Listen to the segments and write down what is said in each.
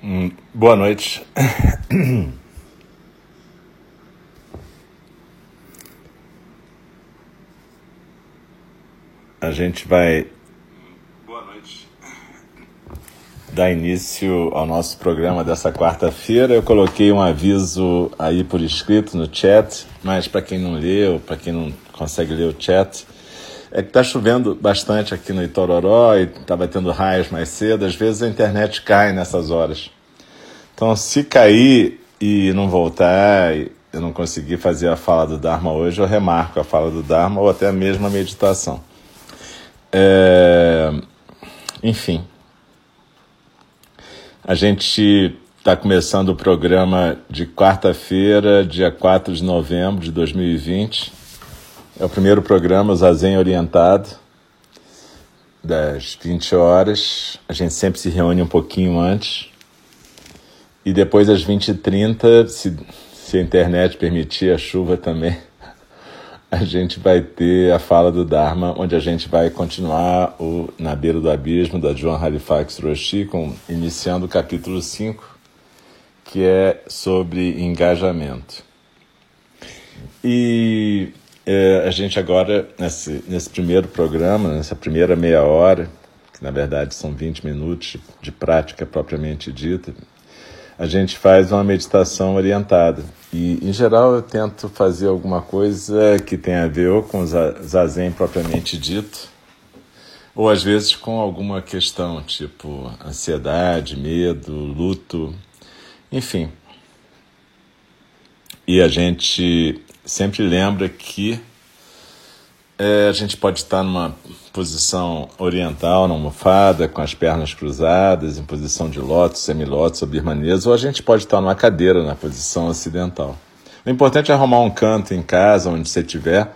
Boa noite. A gente vai dar início ao nosso programa dessa quarta-feira. Eu coloquei um aviso aí por escrito no chat, mas para quem não leu, para quem não consegue ler o chat, é que está chovendo bastante aqui no Itororó e está batendo raios mais cedo. Às vezes a internet cai nessas horas. Então, se cair e não voltar, eu não conseguir fazer a fala do Dharma hoje, eu remarco a fala do Dharma ou até mesmo a meditação. Enfim, a gente está começando o programa de quarta-feira, dia 4 de novembro de 2020. É o primeiro programa, o Zazen Orientado, das 20 horas. A gente sempre se reúne um pouquinho antes. E depois, às 20h30, se a internet permitir, a chuva também, a gente vai ter a fala do Dharma, onde a gente vai continuar Na Beira do Abismo, da John Halifax Roshi, iniciando o capítulo 5, que é sobre engajamento. E a gente agora, nesse primeiro programa, nessa primeira meia hora, que na verdade são 20 minutos de prática propriamente dita, a gente faz uma meditação orientada. E, em geral, eu tento fazer alguma coisa que tenha a ver ou com o Zazen propriamente dito, ou às vezes com alguma questão, tipo ansiedade, medo, luto, enfim. E a gente sempre lembra que a gente pode estar numa posição oriental, na almofada, com as pernas cruzadas, em posição de lótus, semilótus ou birmanesa, ou a gente pode estar numa cadeira, na posição ocidental. O importante é arrumar um canto em casa, onde você estiver,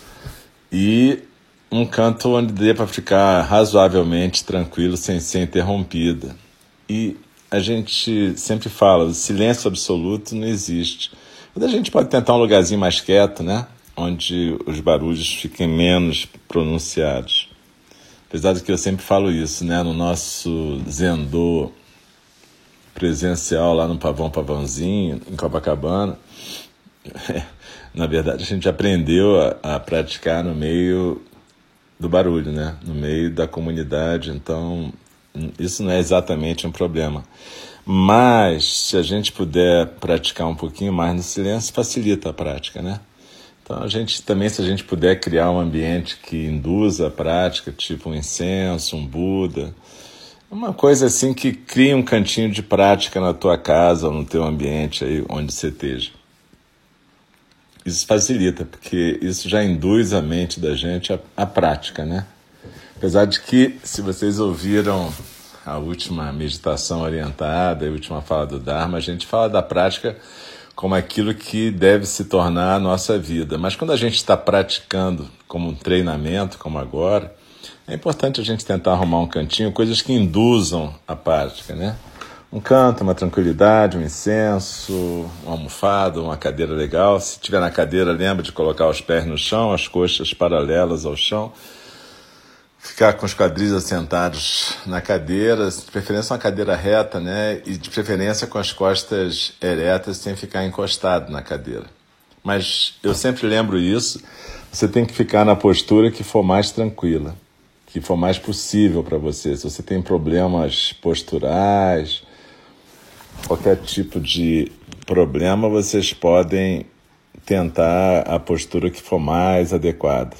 e um canto onde dê para ficar razoavelmente tranquilo, sem ser interrompida. E a gente sempre fala, o silêncio absoluto não existe. Mas a gente pode tentar um lugarzinho mais quieto, né? Onde os barulhos fiquem menos pronunciados. Apesar de que eu sempre falo isso, né? No nosso Zendô presencial lá no Pavãozinho, em Copacabana, na verdade a gente aprendeu a praticar no meio do barulho, né? No meio da comunidade, então isso não é exatamente um problema. Mas se a gente puder praticar um pouquinho mais no silêncio, facilita a prática, né? Então, se a gente puder criar um ambiente que induza a prática, tipo um incenso, um Buda, uma coisa assim que crie um cantinho de prática na tua casa ou no teu ambiente aí onde você esteja. Isso facilita, porque isso já induz a mente da gente à prática, né? Apesar de que, se vocês ouviram a última meditação orientada, a última fala do Dharma, a gente fala da prática como aquilo que deve se tornar a nossa vida. Mas quando a gente está praticando como um treinamento, como agora, é importante a gente tentar arrumar um cantinho, coisas que induzam a prática, né? Um canto, uma tranquilidade, um incenso, uma almofada, uma cadeira legal. Se estiver na cadeira, lembra de colocar os pés no chão, as coxas paralelas ao chão. Ficar com os quadris assentados na cadeira, de preferência uma cadeira reta, né? E de preferência com as costas eretas, sem ficar encostado na cadeira. Mas eu sempre lembro isso, você tem que ficar na postura que for mais tranquila, que for mais possível para você. Se você tem problemas posturais, qualquer tipo de problema, vocês podem tentar a postura que for mais adequada.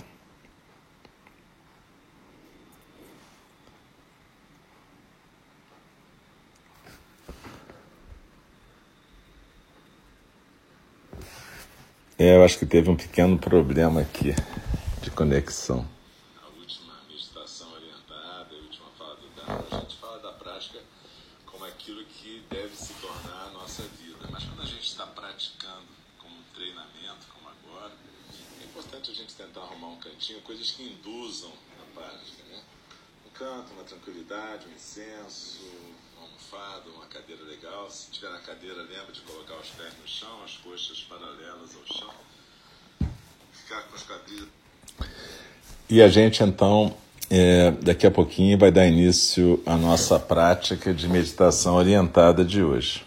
Eu acho que teve um pequeno problema aqui de conexão. A última meditação orientada, a última fala do Dharma, a gente fala da prática como aquilo que deve se tornar a nossa vida. Mas quando a gente está praticando como um treinamento, como agora, é importante a gente tentar arrumar um cantinho, coisas que induzam a prática, né? Um canto, uma tranquilidade, um incenso, uma almofada, uma cadeira legal. Se estiver na cadeira, lembra de colocar os pés no chão, as coxas paralelas ao chão. Ficar com os quadris. E a gente, então, Daqui a pouquinho vai dar início à nossa prática de meditação orientada de hoje.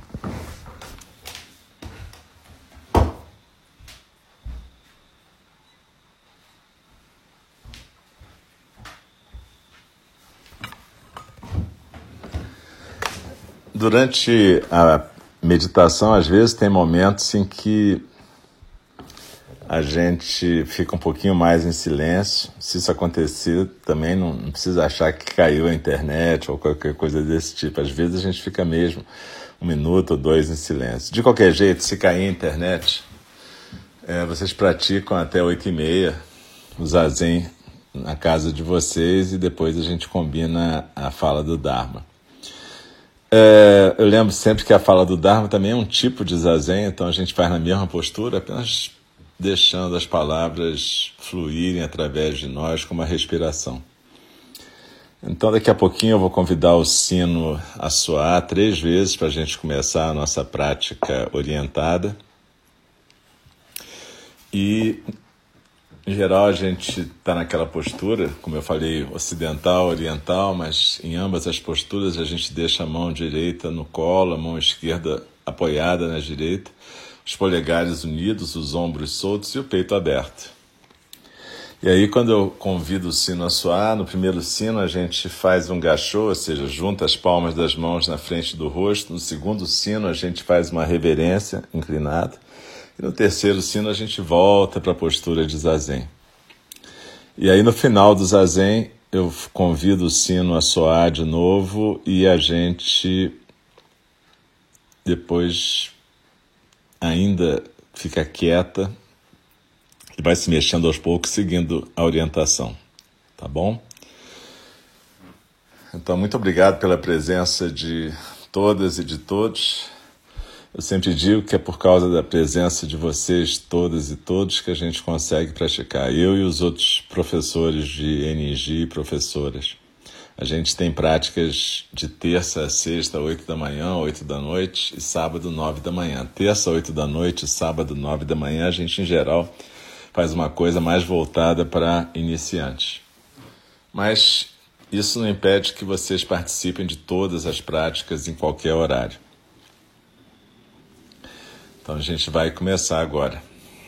Durante a meditação, às vezes, tem momentos em que a gente fica um pouquinho mais em silêncio. Se isso acontecer, também não precisa achar que caiu a internet ou qualquer coisa desse tipo. Às vezes a gente fica mesmo 1 minuto ou 2 em silêncio. De qualquer jeito, se cair a internet, vocês praticam até 8h30 o Zazen na casa de vocês e depois a gente combina a fala do Dharma. Eu lembro sempre que a fala do Dharma também é um tipo de Zazen, então a gente faz na mesma postura, apenas deixando as palavras fluírem através de nós como a respiração. Então daqui a pouquinho eu vou convidar o sino a soar 3 vezes para a gente começar a nossa prática orientada. E em geral a gente está naquela postura, como eu falei, ocidental, oriental, mas em ambas as posturas a gente deixa a mão direita no colo, a mão esquerda apoiada na direita, os polegares unidos, os ombros soltos e o peito aberto. E aí quando eu convido o sino a soar, no primeiro sino a gente faz um gachô, ou seja, junta as palmas das mãos na frente do rosto. No segundo sino a gente faz uma reverência inclinada. E no terceiro sino a gente volta para a postura de Zazen. E aí no final do Zazen eu convido o sino a soar de novo e a gente depois ainda fica quieta e vai se mexendo aos poucos, seguindo a orientação. Tá bom? Então, muito obrigado pela presença de todas e de todos. Eu sempre digo que é por causa da presença de vocês, todas e todos, que a gente consegue praticar. Eu e os outros professores de NG e professoras. A gente tem práticas de terça a sexta, 8 da manhã, 8 da noite, e sábado, 9 da manhã. Terça, 8 da noite, sábado, 9 da manhã, a gente, em geral, faz uma coisa mais voltada para iniciantes. Mas isso não impede que vocês participem de todas as práticas em qualquer horário. Então a gente vai começar agora.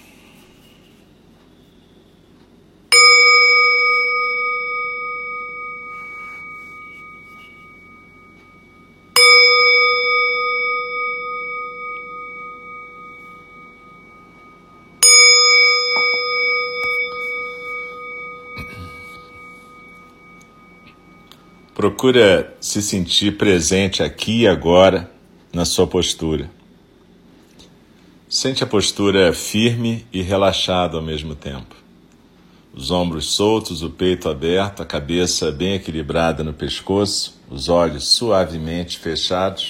Procura se sentir presente aqui e agora na sua postura. Sente a postura firme e relaxada ao mesmo tempo. Os ombros soltos, o peito aberto, a cabeça bem equilibrada no pescoço, os olhos suavemente fechados.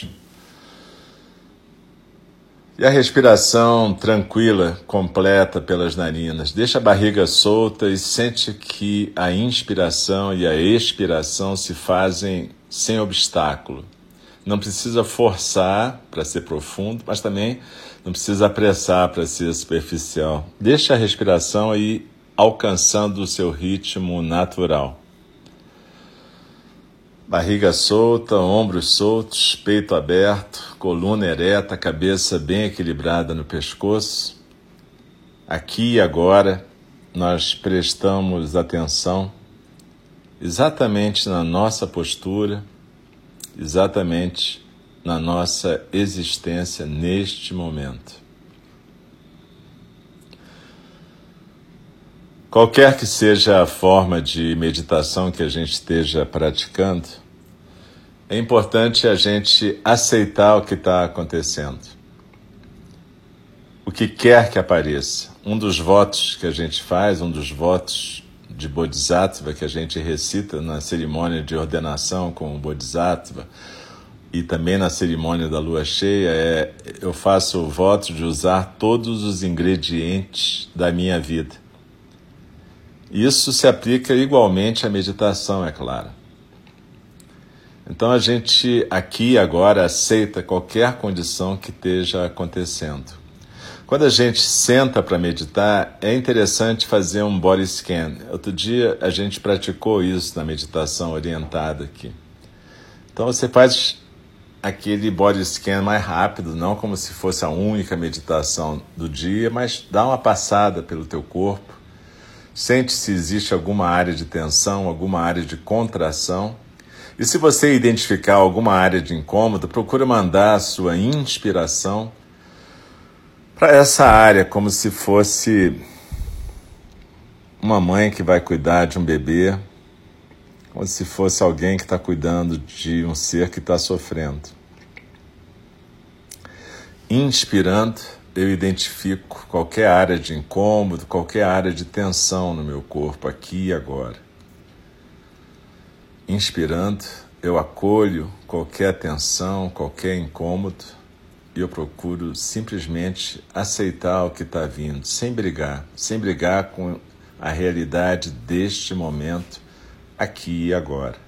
E a respiração tranquila, completa pelas narinas. Deixa a barriga solta e sente que a inspiração e a expiração se fazem sem obstáculo. Não precisa forçar para ser profundo, mas também não precisa apressar para ser superficial. Deixa a respiração aí alcançando o seu ritmo natural. Barriga solta, ombros soltos, peito aberto, coluna ereta, cabeça bem equilibrada no pescoço. Aqui e agora nós prestamos atenção exatamente na nossa postura, exatamente na nossa existência neste momento. Qualquer que seja a forma de meditação que a gente esteja praticando, é importante a gente aceitar o que está acontecendo. O que quer que apareça. Um dos votos que a gente faz, um dos votos de Bodhisattva que a gente recita na cerimônia de ordenação com o Bodhisattva e também na cerimônia da lua cheia, eu faço o voto de usar todos os ingredientes da minha vida. Isso se aplica igualmente à meditação, é claro. Então a gente aqui agora aceita qualquer condição que esteja acontecendo. Quando a gente senta para meditar, é interessante fazer um body scan. Outro dia a gente praticou isso na meditação orientada aqui. Então você faz aquele body scan mais rápido, não como se fosse a única meditação do dia, mas dá uma passada pelo teu corpo. Sente se existe alguma área de tensão, alguma área de contração. E se você identificar alguma área de incômodo, procura mandar a sua inspiração para essa área, como se fosse uma mãe que vai cuidar de um bebê, como se fosse alguém que está cuidando de um ser que está sofrendo. Inspirando, eu identifico qualquer área de incômodo, qualquer área de tensão no meu corpo, aqui e agora. Inspirando, eu acolho qualquer tensão, qualquer incômodo, e eu procuro simplesmente aceitar o que está vindo, sem brigar com a realidade deste momento, aqui e agora.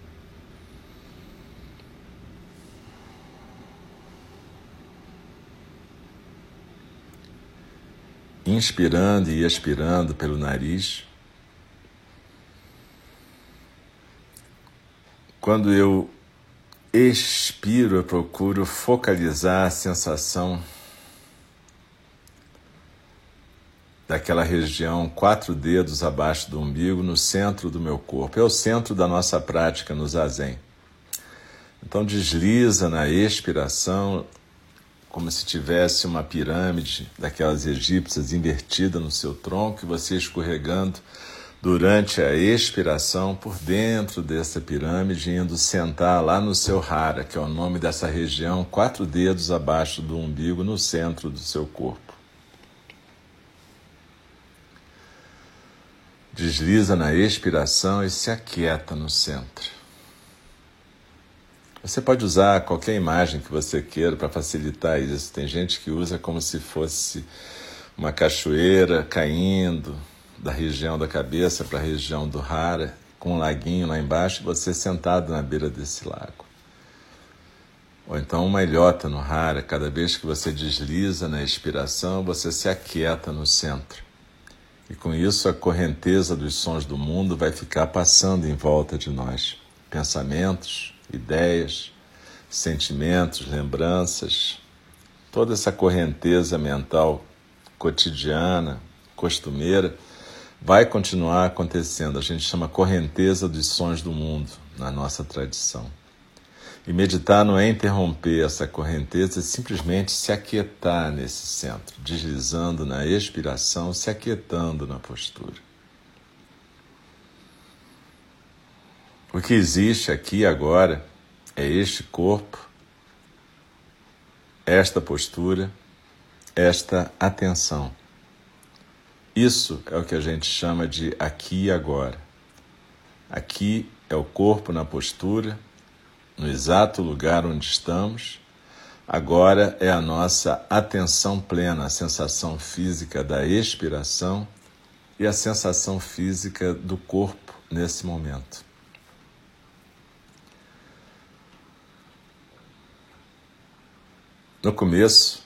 Inspirando e expirando pelo nariz. Quando eu expiro, eu procuro focalizar a sensação daquela região 4 dedos abaixo do umbigo, no centro do meu corpo. É o centro da nossa prática no Zazen. Então desliza na expiração, como se tivesse uma pirâmide daquelas egípcias invertida no seu tronco, e você escorregando durante a expiração por dentro dessa pirâmide, indo sentar lá no seu hara, que é o nome dessa região, 4 dedos abaixo do umbigo, no centro do seu corpo. Desliza na expiração e se aquieta no centro. Você pode usar qualquer imagem que você queira para facilitar isso. Tem gente que usa como se fosse uma cachoeira caindo da região da cabeça para a região do hara, com um laguinho lá embaixo, e você sentado na beira desse lago. Ou então uma ilhota no hara, cada vez que você desliza na expiração, você se aquieta no centro. E com isso a correnteza dos sons do mundo vai ficar passando em volta de nós. Pensamentos, ideias, sentimentos, lembranças, toda essa correnteza mental cotidiana, costumeira, vai continuar acontecendo. A gente chama correnteza dos sons do mundo na nossa tradição. E meditar não é interromper essa correnteza, é simplesmente se aquietar nesse centro, deslizando na expiração, se aquietando na postura. O que existe aqui e agora é este corpo, esta postura, esta atenção. Isso é o que a gente chama de aqui e agora. Aqui é o corpo na postura, no exato lugar onde estamos. Agora é a nossa atenção plena, a sensação física da expiração e a sensação física do corpo nesse momento. No começo,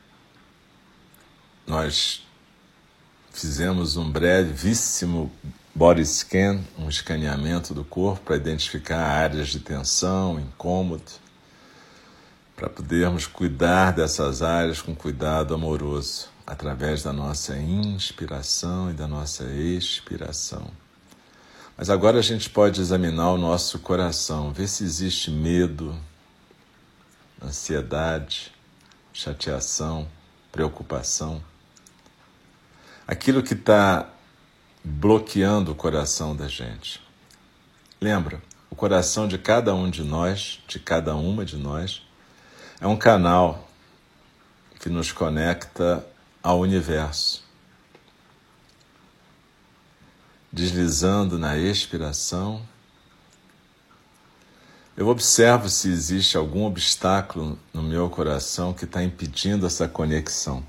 nós fizemos um brevíssimo body scan, um escaneamento do corpo para identificar áreas de tensão, incômodo, para podermos cuidar dessas áreas com cuidado amoroso, através da nossa inspiração e da nossa expiração. Mas agora a gente pode examinar o nosso coração, ver se existe medo, ansiedade, chateação, preocupação. Aquilo que está bloqueando o coração da gente. Lembra, o coração de cada um de nós, de cada uma de nós, é um canal que nos conecta ao universo. Deslizando na expiração, eu observo se existe algum obstáculo no meu coração que está impedindo essa conexão.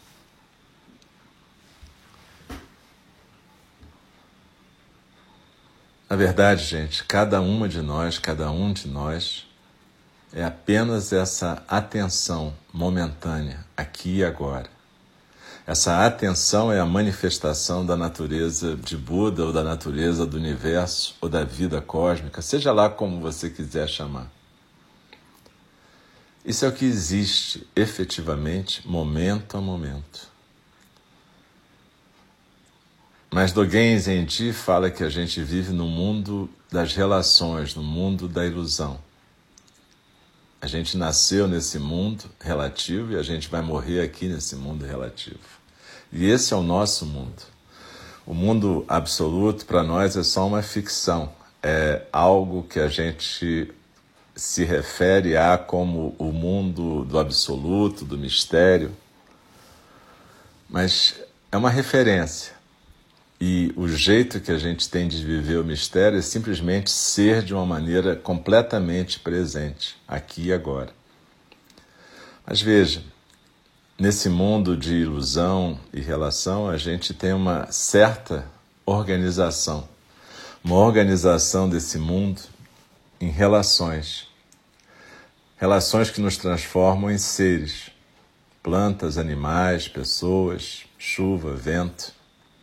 Na verdade, gente, cada uma de nós, cada um de nós, é apenas essa atenção momentânea, aqui e agora. Essa atenção é a manifestação da natureza de Buda, ou da natureza do universo, ou da vida cósmica, seja lá como você quiser chamar. Isso é o que existe, efetivamente, momento a momento. Mas Dogen Zenji fala que a gente vive no mundo das relações, no mundo da ilusão. A gente nasceu nesse mundo relativo e a gente vai morrer aqui nesse mundo relativo. E esse é o nosso mundo. O mundo absoluto, para nós, é só uma ficção. É algo que a gente se refere a como o mundo do absoluto, do mistério. Mas é uma referência. E o jeito que a gente tem de viver o mistério é simplesmente ser de uma maneira completamente presente, aqui e agora. Mas veja, nesse mundo de ilusão e relação, a gente tem uma certa organização. Uma organização desse mundo em relações. Relações que nos transformam em seres. Plantas, animais, pessoas, chuva, vento.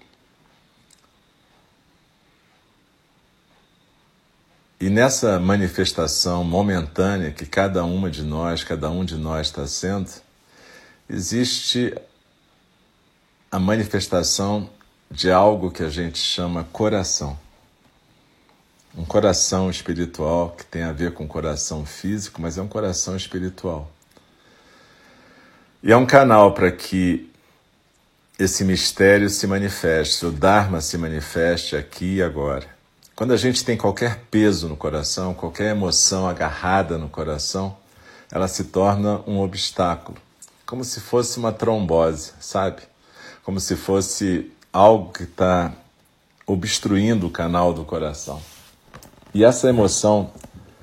E nessa manifestação momentânea que cada um de nós está sendo, existe a manifestação de algo que a gente chama coração. Um coração espiritual que tem a ver com coração físico, mas é um coração espiritual. E é um canal para que esse mistério se manifeste, o Dharma se manifeste aqui e agora. Quando a gente tem qualquer peso no coração, qualquer emoção agarrada no coração, ela se torna um obstáculo. Como se fosse uma trombose, sabe? Como se fosse algo que está obstruindo o canal do coração. E essa emoção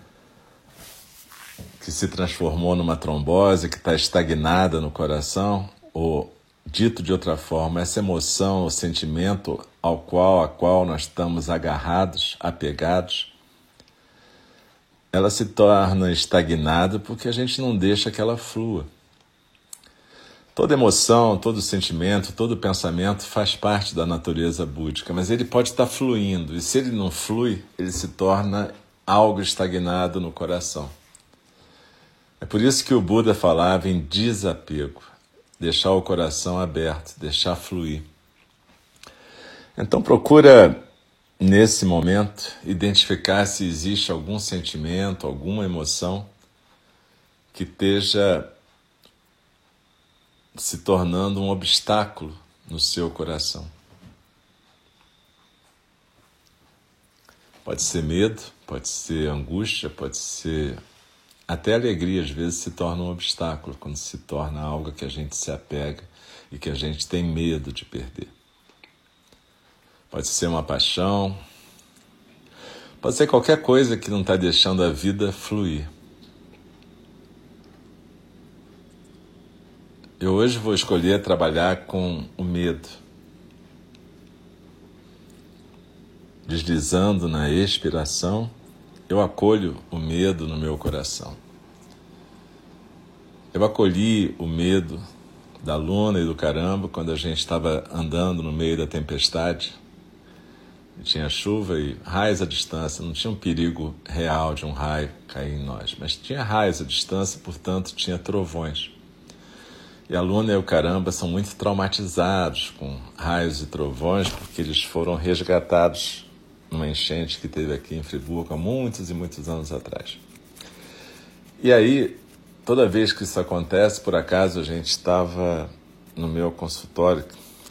que se transformou numa trombose, que está estagnada no coração, ou dito de outra forma, essa emoção, o sentimento a qual nós estamos agarrados, apegados, ela se torna estagnada porque a gente não deixa que ela flua. Toda emoção, todo sentimento, todo pensamento faz parte da natureza búdica, mas ele pode estar fluindo, e se ele não flui, ele se torna algo estagnado no coração. É por isso que o Buda falava em desapego, deixar o coração aberto, deixar fluir. Então procura, nesse momento, identificar se existe algum sentimento, alguma emoção que esteja se tornando um obstáculo no seu coração. Pode ser medo, pode ser angústia, pode ser até alegria. Às vezes se torna um obstáculo, quando se torna algo que a gente se apega e que a gente tem medo de perder. Pode ser uma paixão, pode ser qualquer coisa que não está deixando a vida fluir. Eu hoje vou escolher trabalhar com o medo, deslizando na expiração, eu acolho o medo no meu coração. Eu acolhi o medo da Luna e do caramba quando a gente estava andando no meio da tempestade. Tinha chuva e raios à distância, não tinha um perigo real de um raio cair em nós, mas tinha raios à distância, portanto tinha trovões. E a Luna e o caramba são muito traumatizados com raios e trovões, porque eles foram resgatados numa enchente que teve aqui em Friburgo há muitos e muitos anos atrás. E aí, toda vez que isso acontece, por acaso a gente estava no meu consultório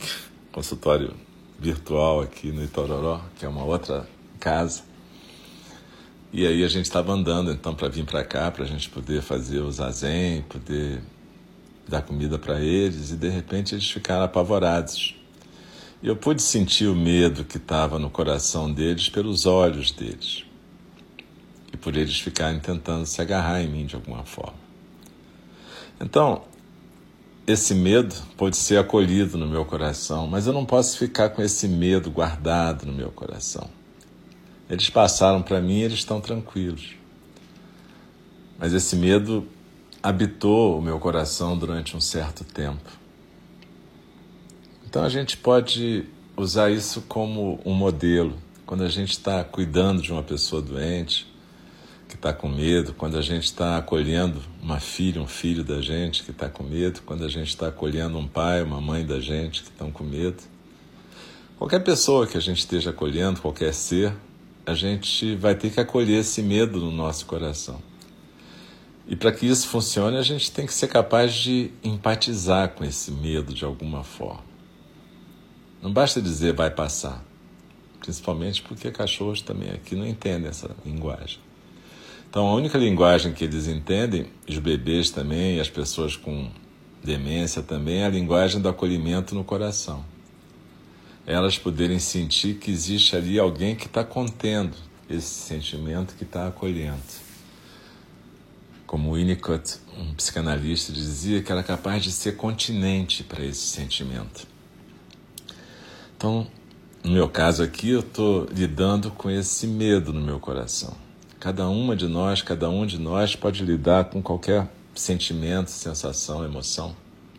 virtual aqui no Itororó, que é uma outra casa, e aí a gente estava andando então para vir para cá, para a gente poder fazer o zazen, poder dar comida para eles, e de repente eles ficaram apavorados. E eu pude sentir o medo que estava no coração deles pelos olhos deles, e por eles ficarem tentando se agarrar em mim de alguma forma. Então, esse medo pode ser acolhido no meu coração, mas eu não posso ficar com esse medo guardado no meu coração. Eles passaram para mim e eles estão tranquilos. Mas esse medo habitou o meu coração durante um certo tempo. Então a gente pode usar isso como um modelo. Quando a gente está cuidando de uma pessoa doente, que está com medo, quando a gente está acolhendo uma filha, um filho da gente que está com medo, quando a gente está acolhendo um pai, uma mãe da gente que estão com medo. Qualquer pessoa que a gente esteja acolhendo, qualquer ser, a gente vai ter que acolher esse medo no nosso coração. E para que isso funcione, a gente tem que ser capaz de empatizar com esse medo de alguma forma. Não basta dizer vai passar, principalmente porque cachorros também aqui não entendem essa linguagem. Então a única linguagem que eles entendem, os bebês também e as pessoas com demência também, é a linguagem do acolhimento no coração. Elas poderem sentir que existe ali alguém que está contendo esse sentimento, que está acolhendo. Como Winnicott, um psicanalista, dizia que era capaz de ser continente para esse sentimento. Então, no meu caso aqui, eu estou lidando com esse medo no meu coração. Cada um de nós pode lidar com qualquer sentimento, sensação, emoção.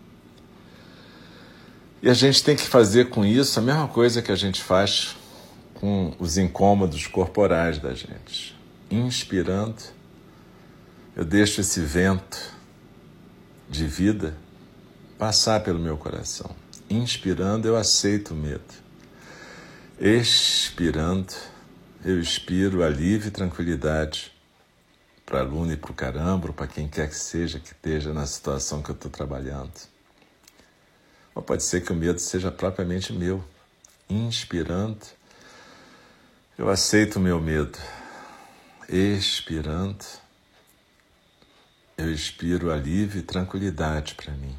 E a gente tem que fazer com isso a mesma coisa que a gente faz com os incômodos corporais da gente. Inspirando, eu deixo esse vento de vida passar pelo meu coração. Inspirando, eu aceito o medo. Expirando, eu expiro alívio e tranquilidade para a Luna e para o Caramba, para quem quer que seja que esteja na situação que eu estou trabalhando. Ou pode ser que o medo seja propriamente meu. Inspirando, eu aceito o meu medo. Expirando, eu expiro alívio e tranquilidade para mim.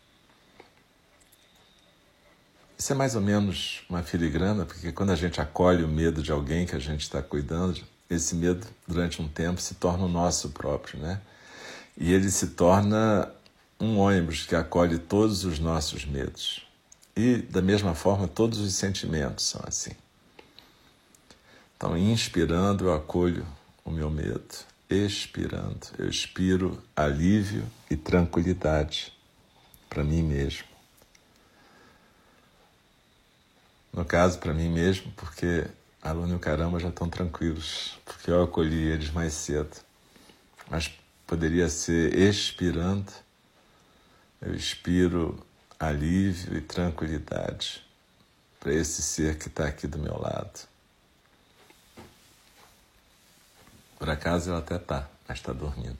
Isso é mais ou menos uma filigrana, porque quando a gente acolhe o medo de alguém que a gente está cuidando, esse medo, durante um tempo, se torna o nosso próprio, né? E ele se torna um ônibus que acolhe todos os nossos medos. E, da mesma forma, todos os sentimentos são assim. Então, inspirando, eu acolho o meu medo. Expirando, eu expiro alívio e tranquilidade para mim mesmo. No caso, para mim mesmo, porque a Luna e o Caramba já estão tranquilos, porque eu acolhi eles mais cedo. Mas poderia ser expirando, eu expiro alívio e tranquilidade para esse ser que está aqui do meu lado. Por acaso ela até está, mas está dormindo.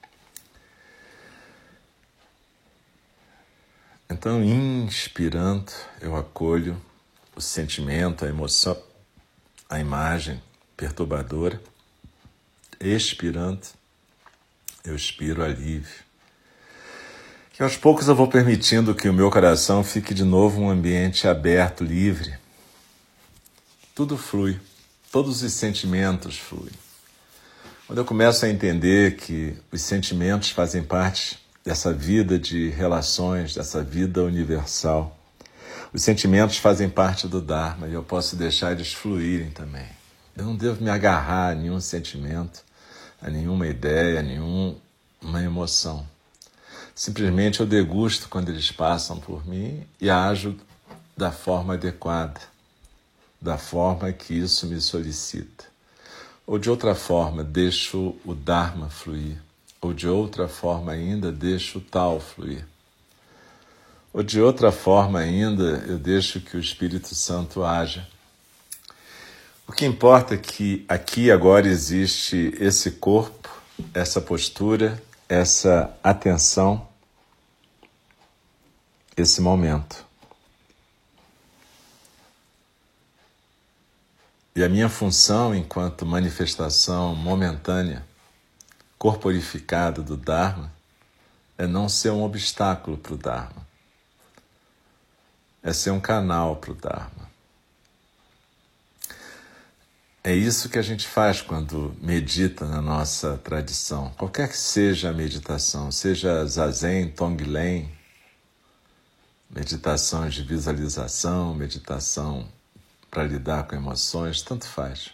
Então, inspirando, eu acolho o sentimento, a emoção, a imagem perturbadora. Expirando, eu expiro alívio. E aos poucos eu vou permitindo que o meu coração fique de novo um ambiente aberto, livre. Tudo flui, todos os sentimentos fluem. Quando eu começo a entender que os sentimentos fazem parte dessa vida de relações, dessa vida universal, os sentimentos fazem parte do Dharma e eu posso deixar eles fluírem também. Eu não devo me agarrar a nenhum sentimento, a nenhuma ideia, a nenhuma emoção. Simplesmente eu degusto quando eles passam por mim e ajo da forma adequada, da forma que isso me solicita. Ou de outra forma, deixo o Dharma fluir. Ou de outra forma ainda, deixo o Tal fluir. Ou de outra forma ainda, eu deixo que o Espírito Santo haja. O que importa é que aqui agora existe esse corpo, essa postura, essa atenção, esse momento. E a minha função enquanto manifestação momentânea, corporificada do Dharma, é não ser um obstáculo para o Dharma. É ser um canal para o Dharma. É isso que a gente faz quando medita na nossa tradição. Qualquer que seja a meditação, seja Zazen, Tonglen, meditação de visualização, meditação para lidar com emoções, tanto faz.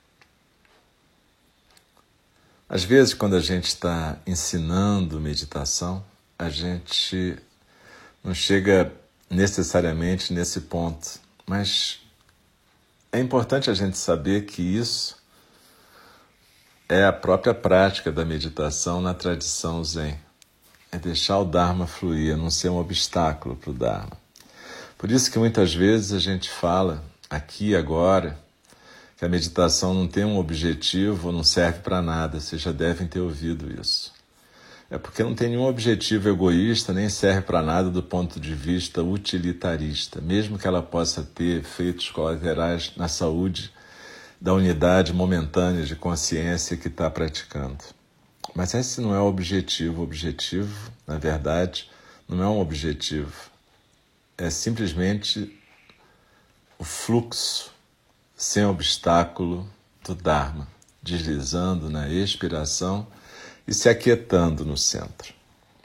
Às vezes, quando a gente está ensinando meditação, a gente não chega necessariamente nesse ponto, mas é importante a gente saber que isso é a própria prática da meditação na tradição Zen. É deixar o Dharma fluir, não ser um obstáculo para o Dharma. Por isso que muitas vezes a gente fala aqui e agora que a meditação não tem um objetivo, não serve para nada. Vocês já devem ter ouvido isso. É porque não tem nenhum objetivo egoísta, nem serve para nada do ponto de vista utilitarista, mesmo que ela possa ter efeitos colaterais na saúde da unidade momentânea de consciência que está praticando. Mas esse não é o objetivo. O objetivo, na verdade, não é um objetivo. É simplesmente o fluxo sem obstáculo do Dharma, deslizando na expiração e se aquietando no centro.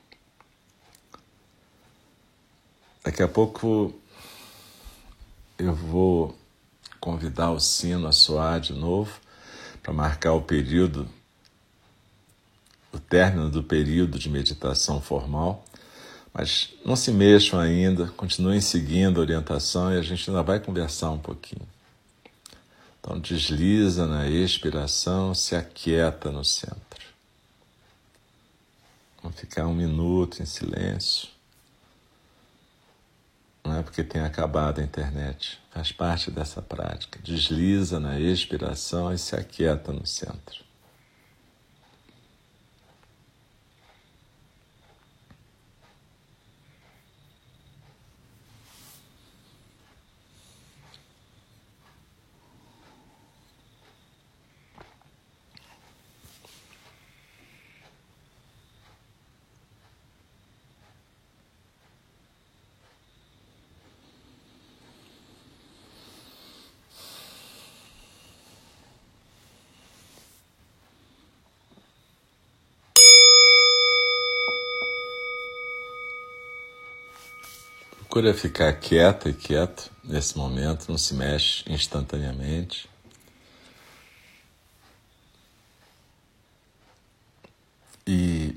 Daqui a pouco eu vou convidar o sino a soar de novo para marcar o término do período de meditação formal, mas não se mexam ainda, continuem seguindo a orientação e a gente ainda vai conversar um pouquinho. Então desliza na expiração, se aquieta no centro. Vamos ficar 1 minuto em silêncio. Não é porque tem acabado a internet, faz parte dessa prática. Desliza na expiração e se aquieta no centro. Procura ficar quieta e quieto nesse momento, não se mexe instantaneamente. E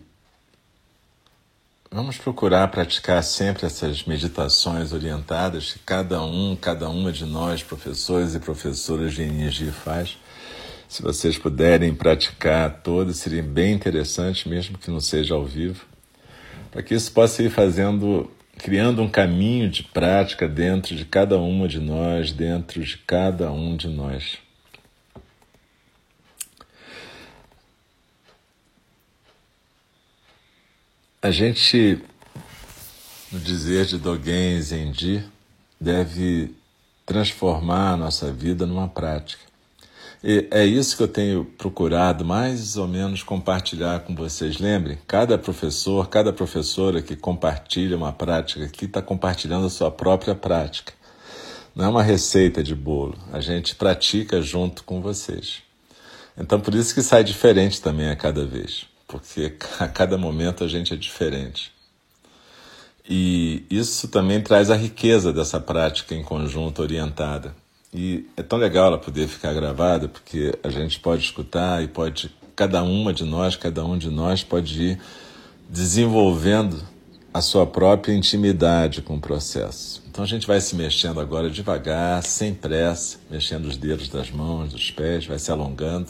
vamos procurar praticar sempre essas meditações orientadas que cada uma de nós, professores e professoras de energia, faz. Se vocês puderem praticar todas, seria bem interessante, mesmo que não seja ao vivo, para que isso possa ir criando um caminho de prática dentro de cada uma de nós, dentro de cada um de nós. A gente, no dizer de Dogen Zenji, deve transformar a nossa vida numa prática. E é isso que eu tenho procurado mais ou menos compartilhar com vocês. Lembrem, cada professor, cada professora que compartilha uma prática aqui está compartilhando a sua própria prática. Não é uma receita de bolo, a gente pratica junto com vocês. Então por isso que sai diferente também a cada vez, porque a cada momento a gente é diferente. E isso também traz a riqueza dessa prática em conjunto orientada. E é tão legal ela poder ficar gravada, porque a gente pode escutar e cada um de nós pode ir desenvolvendo a sua própria intimidade com o processo. Então a gente vai se mexendo agora devagar, sem pressa, mexendo os dedos das mãos, dos pés, vai se alongando.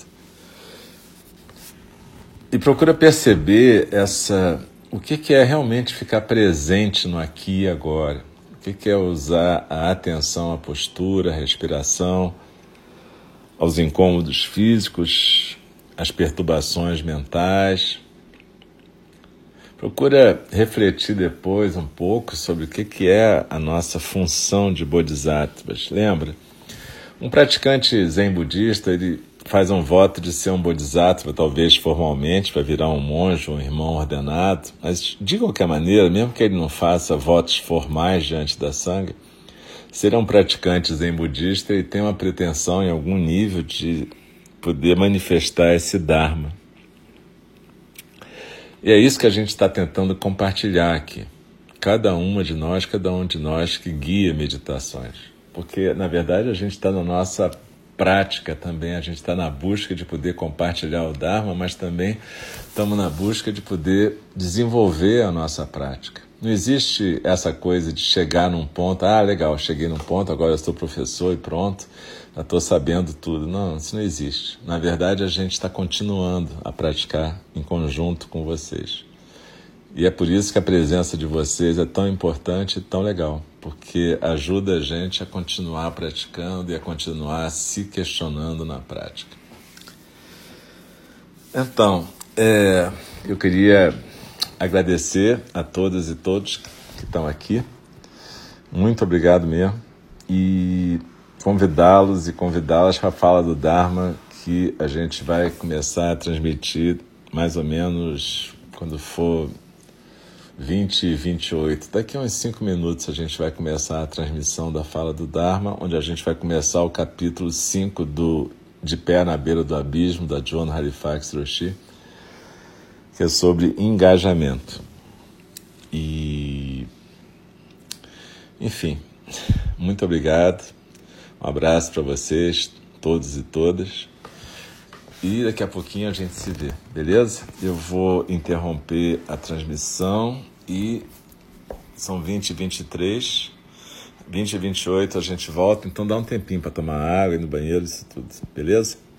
E procura perceber o que é realmente ficar presente no aqui e agora. O que é usar a atenção à postura, à respiração, aos incômodos físicos, às perturbações mentais. Procura refletir depois um pouco sobre o que é a nossa função de bodhisattvas. Lembra? Um praticante zen budista, ele faz um voto de ser um bodhisattva, talvez formalmente, para virar um monge, um irmão ordenado, mas de qualquer maneira, mesmo que ele não faça votos formais diante da sangha, ser um praticante zen budista e tem uma pretensão em algum nível de poder manifestar esse Dharma. E é isso que a gente está tentando compartilhar aqui. Cada um de nós que guia meditações. Porque, na verdade, a gente está na nossa prática também, a gente está na busca de poder compartilhar o Dharma, mas também estamos na busca de poder desenvolver a nossa prática. Não existe essa coisa de chegar num ponto, legal, cheguei num ponto, agora eu sou professor e pronto, já estou sabendo tudo. Não, isso não existe. Na verdade, a gente está continuando a praticar em conjunto com vocês. E é por isso que a presença de vocês é tão importante e tão legal, porque ajuda a gente a continuar praticando e a continuar se questionando na prática. Então, eu queria agradecer a todas e todos que estão aqui. Muito obrigado mesmo. E convidá-los e convidá-las para a fala do Dharma, que a gente vai começar a transmitir mais ou menos quando for 20 e 28. Daqui a uns 5 minutos a gente vai começar a transmissão da fala do Dharma, onde a gente vai começar o capítulo 5 De Pé na Beira do Abismo, da John Halifax Roshi, que é sobre engajamento. E, enfim, muito obrigado. Um abraço para vocês, todos e todas. E daqui a pouquinho a gente se vê, beleza? Eu vou interromper a transmissão e são 20 e 23, 20 e 28 a gente volta. Então dá um tempinho para tomar água, ir no banheiro, isso tudo, beleza?